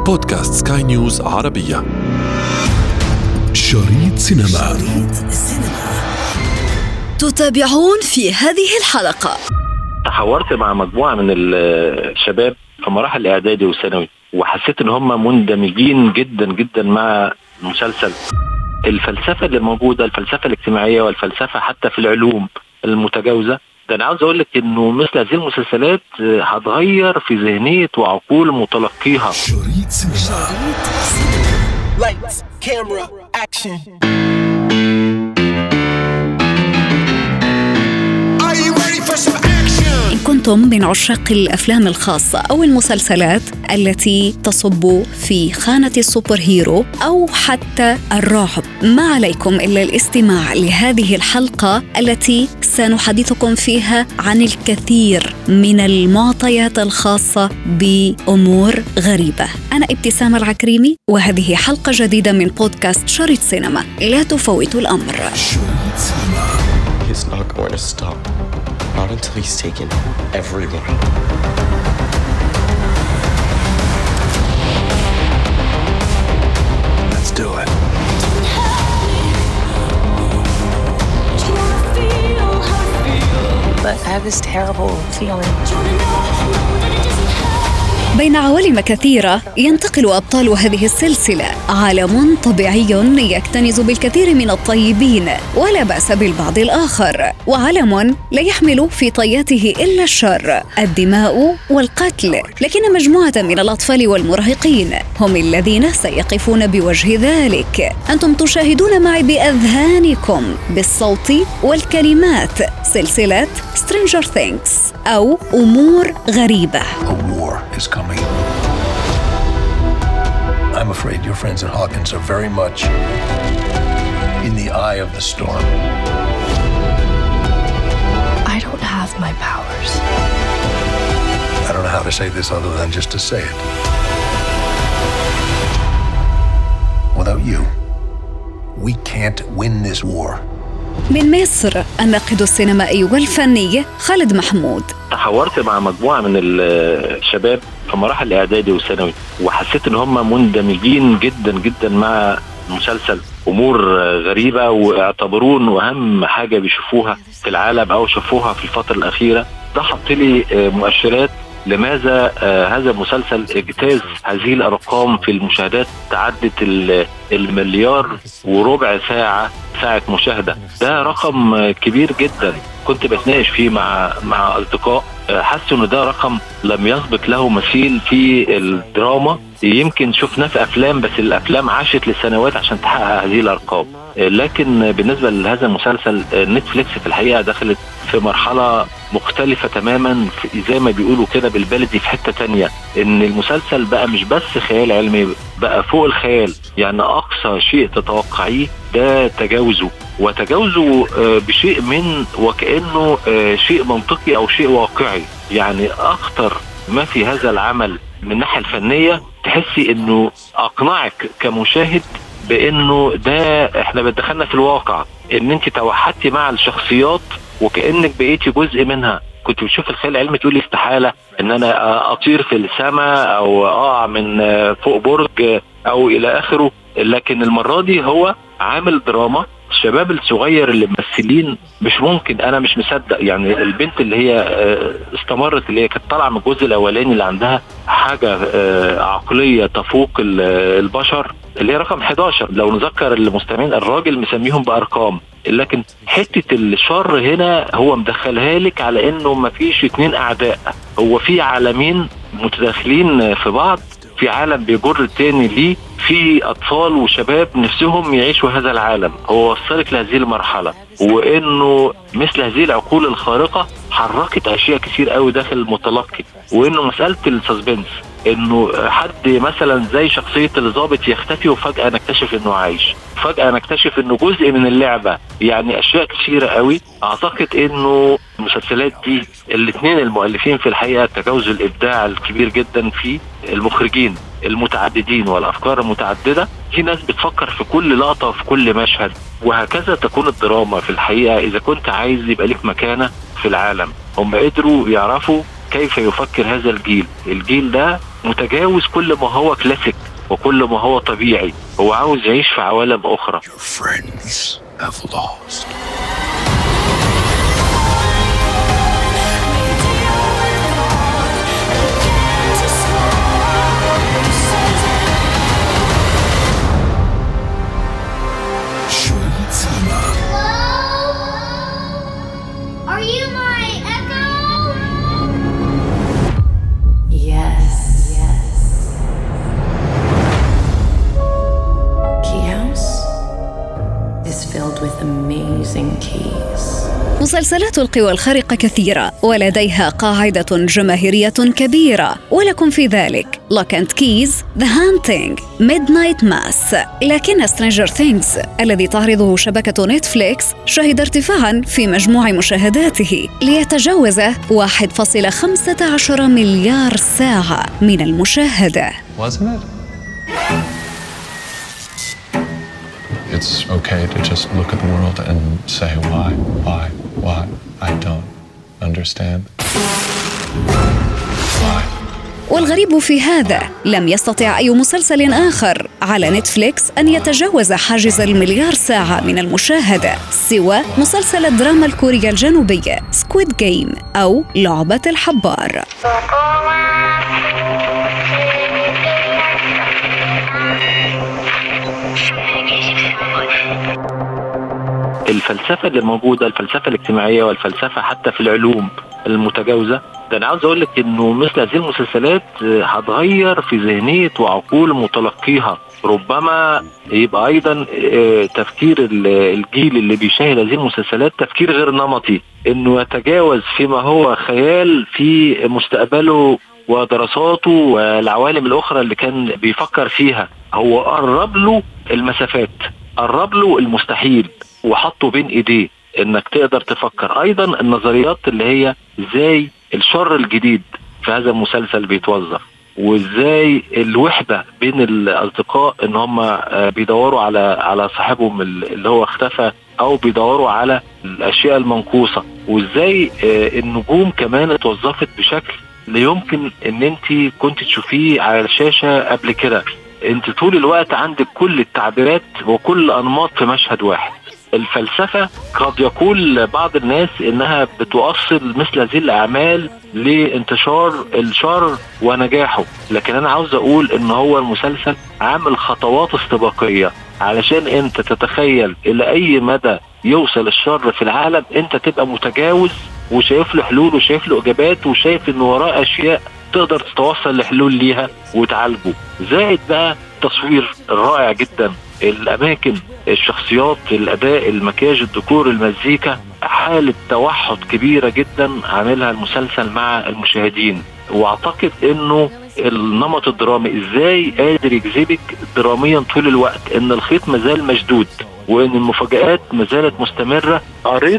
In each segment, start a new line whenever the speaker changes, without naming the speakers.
بودكاست سكاي نيوز عربية. شريط سينما. تتابعون في هذه الحلقة.
تحاورت مع مجموعة من الشباب في مراحل الإعدادي والثانوي، وحسيت إن هم مندمجين جدا جدا مع المسلسل. الفلسفة اللي موجودة، الفلسفة الاجتماعية والفلسفة حتى في العلوم المتجاوزة. ده أنا عاوز أقول لك إنه مثل هذه المسلسلات هتغير في ذهنية وعقول متلقيها.
شريط سينما.
Lights, camera, action. Are you ready for some action?
إن كنتم من عشاق الأفلام الخاصة أو المسلسلات التي تصب في خانة السوبر هيرو أو حتى الرعب، ما عليكم إلا الاستماع لهذه الحلقة التي سنحدثكم فيها عن الكثير من المعطيات الخاصة بأمور غريبة. أنا ابتسام العكريمي، وهذه حلقة جديدة من بودكاست شريط سينما. لا تفوتوا الأمر.
شريط سينما.
He's not going to stop. Not until he's taken everyone.
Let's do it.
But I have this terrible feeling.
بين عوالم كثيرة ينتقل أبطال هذه السلسلة. عالم طبيعي يكتنز بالكثير من الطيبين ولا بأس بالبعض الآخر، وعالم لا يحمل في طياته إلا الشر، الدماء والقتل. لكن مجموعة من الأطفال والمراهقين هم الذين سيقفون بوجه ذلك. أنتم تشاهدون معي بأذهانكم بالصوت والكلمات سلسلة Stranger Things أو أمور غريبة.
A war is coming. I'm afraid your friends at Hawkins are very much in the eye of the storm.
I don't have my powers.
I don't know how to say this other than just to say it. Without you, we can't win this war.
من مصر الناقد السينمائي والفني خالد محمود.
تحاورت مع مجموعة من الشباب في مراحل الإعدادي والثانوي، وحسيت إن هم مندمجين جدا جدا مع المسلسل. أمور غريبة واعتبروه أهم حاجة بيشوفوها في العالم أو شافوها في الفترة الأخيرة. ده حط لي مؤشرات لماذا هذا المسلسل اجتاز هذه الأرقام في المشاهدات، تعدت المليار وربع ساعة مشاهدة. ده رقم كبير جدا. كنت بتناقش فيه مع أصدقاء، حسوا إن ده رقم لم يسبق له مثيل في الدراما. يمكن شفناه في أفلام، بس الأفلام عاشت لسنوات عشان تحقق هذه الأرقام. لكن بالنسبة لهذا المسلسل، نتفليكس في الحقيقة دخلت في مرحلة مختلفة تماما، زي ما بيقولوا كده بالبلدي في حتة تانية. إن المسلسل بقى مش بس خيال علمي، بقى فوق الخيال. يعني أقصى شيء تتوقعيه ده تجاوزه بشيء من وكأنه شيء منطقي أو شيء واقعي. يعني أخطر ما في هذا العمل من الناحية الفنية، تحسي إنه أقنعك كمشاهد بأنه ده إحنا بدخلنا في الواقع، إن أنت توحدتي مع الشخصيات وكأنك بقيتي جزء منها. كنت بتشوف الخيال العلمي تقولي استحالة إن أنا أطير في السماء أو أقع من فوق برج أو إلى آخره. لكن المرة دي هو عامل دراما. الشباب الصغير اللي ممثلين مش ممكن، انا مش مصدق. يعني البنت اللي هي استمرت، اللي هي كانت طالعه من الجزء الاولاني، اللي عندها حاجه عقليه تفوق البشر، اللي هي رقم 11. لو نذكر المستمعين، الراجل مسميهم بارقام، لكن حته الشر هنا هو مدخلها لك على انه ما فيش اتنين اعداء، هو في عالمين متداخلين في بعض، في عالم بيجر التاني ليه، في أطفال وشباب نفسهم يعيشوا هذا العالم. هو وصلك لهذه المرحلة، وإنه مثل هذه العقول الخارقة حركت أشياء كثير قوي داخل المتلقي. وإنه مسألة السسبنس، إنه حد مثلا زي شخصية الضابط يختفي وفجأة نكتشف إنه عايش، فجأة نكتشف إنه جزء من اللعبة. يعني أشياء كثيرة قوي. أعتقد إنه المسلسلات دي الاثنين المؤلفين في الحقيقة تجاوزوا الإبداع الكبير جدا في المخرجين المتعددين والأفكار المتعددة. في ناس بتفكر في كل لقطة وفي كل مشهد، وهكذا تكون الدراما في الحقيقة. إذا كنت عايز يبقى لك مكانة في العالم، هم قدروا يعرفوا كيف يفكر هذا الجيل ده متجاوز كل ما هو كلاسيك وكل ما هو طبيعي، هو عاوز يعيش في عوالم أخرى.
Your friends have lost.
Are you my echo?
Yes. Key House is filled with amazing keys.
مسلسلات القوى الخارقة كثيرة ولديها قاعدة جماهيرية كبيرة، ولكم في ذلك Lock and Keys, The Hunting, Midnight Mass. لكن Stranger Things الذي تعرضه شبكة نتفليكس شهد ارتفاعاً في مجموع مشاهداته ليتجاوز 1.15 مليار ساعة من المشاهدة.
Wasn't it? It's okay to just look at the world and say why? I don't understand. Why?
والغريب في هذا لم يستطع أي مسلسل آخر على نتفليكس أن يتجاوز حاجز المليار ساعة من المشاهدة سوى مسلسل الدراما الكورية الجنوبية Squid Game أو لعبة الحبار.
الفلسفة اللي موجودة، الفلسفة الاجتماعية والفلسفة حتى في العلوم المتجاوزة، ده أنا عاوز أقول لك إنه مثل هذه المسلسلات هتغير في ذهنية وعقول متلقيها. ربما يبقى أيضا تفكير الجيل اللي بيشاهد هذه المسلسلات تفكير غير نمطي، إنه يتجاوز فيما هو خيال في مستقبله ودراساته والعوالم الأخرى اللي كان بيفكر فيها. هو قرب له المسافات، قرب له المستحيل وحطه بين ايديه انك تقدر تفكر. ايضا النظريات اللي هي ازاي الشر الجديد في هذا المسلسل بيتوظف، وازاي الوحدة بين الاصدقاء ان هم بيدوروا على صاحبهم اللي هو اختفى، او بيدوروا على الاشياء المنقوصة، وازاي النجوم كمان اتوظفت بشكل لا يمكن ان انت كنت تشوفيه على الشاشة قبل كده. انت طول الوقت عندك كل التعبيرات وكل انماط في مشهد واحد. الفلسفة قد يقول بعض الناس انها بتوصل مثل هذه الاعمال لانتشار الشر ونجاحه، لكن انا عاوز اقول ان هو المسلسل عامل خطوات استباقية علشان انت تتخيل الى اي مدى يوصل الشر في العالم، انت تبقى متجاوز وشايف له حلول وشايف له اجابات وشايف ان وراه اشياء تقدر تتوصل لحلول ليها وتعالجه. زائد بقى تصوير رائع جدا، الاماكن، الشخصيات، الاداء، المكياج، الديكور، المزيكا، حالة توحد كبيرة جدا عاملها المسلسل مع المشاهدين. واعتقد انه النمط الدرامي ازاي قادر يجذبك دراميا طول الوقت، ان الخيط مازال مشدود وان المفاجآت مازالت مستمرة. قريت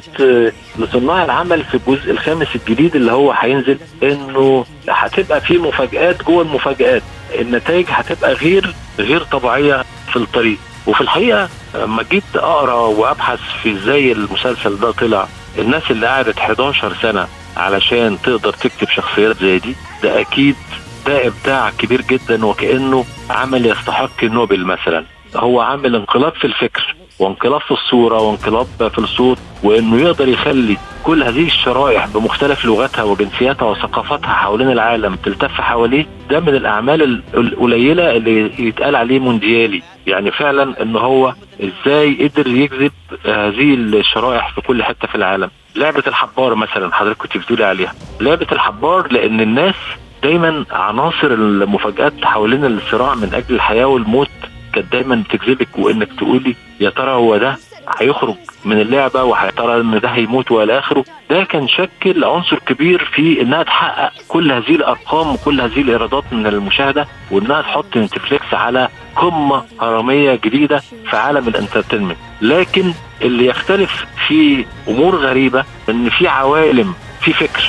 لصناع العمل في الجزء الخامس الجديد اللي هو هينزل انه هتبقى فيه مفاجآت جوه المفاجآت، النتائج هتبقى غير طبيعية في الطريق. وفي الحقيقة لما جيت اقرا وابحث في ازاي المسلسل ده طلع، الناس اللي قعدت 11 سنة علشان تقدر تكتب شخصيات زي دي، ده اكيد ده ابداع كبير جدا، وكأنه عمل يستحق النوبل مثلا. هو عامل انقلاب في الفكر وانقلاب في الصورة وانقلاب في الصوت، وانه يقدر يخلي كل هذه الشرائح بمختلف لغاتها وجنسياتها وثقافاتها حوالين العالم تلتف حواليه. ده من الاعمال القليلة اللي يتقال عليه مونديالي، يعني فعلا ان هو ازاي قدر يجذب هذه الشرائح في كل حتة في العالم. لعبة الحبار مثلا حضرتك كنت بتقولي عليها، لعبة الحبار لان الناس دايما عناصر المفاجآت حوالين الصراع من اجل الحياة والموت كانت دايما بتجذبك، وانك تقولي يا ترى هو ده هيخرج من اللعبة ويا ترى ان ده هيموت والى اخره. ده كان شكل عنصر كبير في انها تحقق كل هذه الارقام وكل هذه الايرادات من المشاهدة، وانها تحط نتفليكس على قمة هرمية جديدة في عالم الانترتينمنت. لكن اللي يختلف في امور غريبة ان في عوالم، في فكر.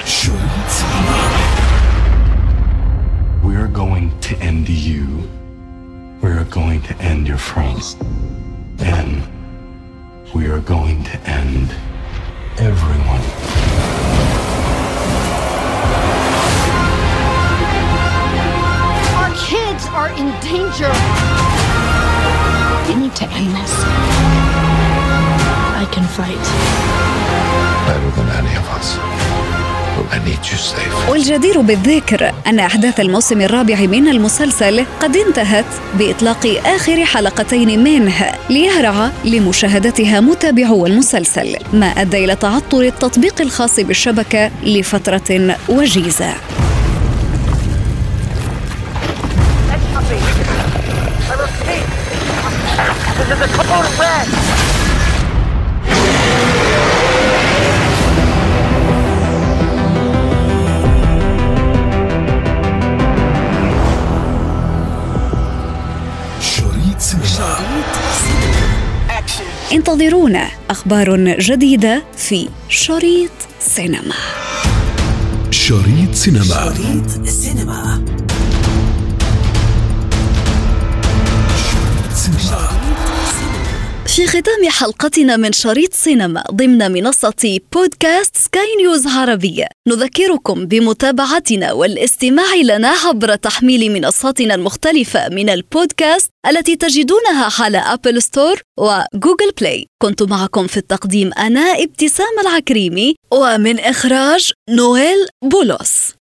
We're going to end you. We're going to end your friends. And we are going to end everyone.
are in danger. We need to end this. I can fight.
Better than any of us. I need you safe.
والجدير بالذكر أن أحداث الموسم الرابع من المسلسل قد انتهت بإطلاق آخر حلقتين منه ليهرع لمشاهدتها متابعو المسلسل، ما أدى إلى تعطل التطبيق الخاص بالشبكة لفترة وجيزة. انتظرونا أخبار جديدة في شريط سينما.
شريط سينما.
شريط سينما.
في ختام حلقتنا من شريط سينما ضمن منصة بودكاست سكاي نيوز عربية، نذكركم بمتابعتنا والاستماع لنا عبر تحميل منصاتنا المختلفة من البودكاست التي تجدونها على أبل ستور وجوجل بلاي. كنت معكم في التقديم أنا ابتسام العكريمي، ومن إخراج نويل بولوس.